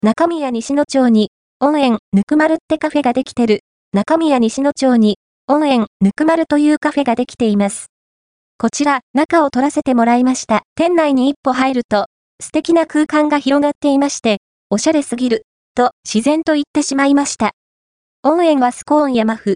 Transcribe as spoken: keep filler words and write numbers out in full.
中宮西野町に、温園ぬくまるってカフェができてる。中宮西野町に、温園ぬくまるというカフェができています。こちら、中を撮らせてもらいました。店内に一歩入ると、素敵な空間が広がっていまして、おしゃれすぎる、と自然と言ってしまいました。温園はスコーン山府、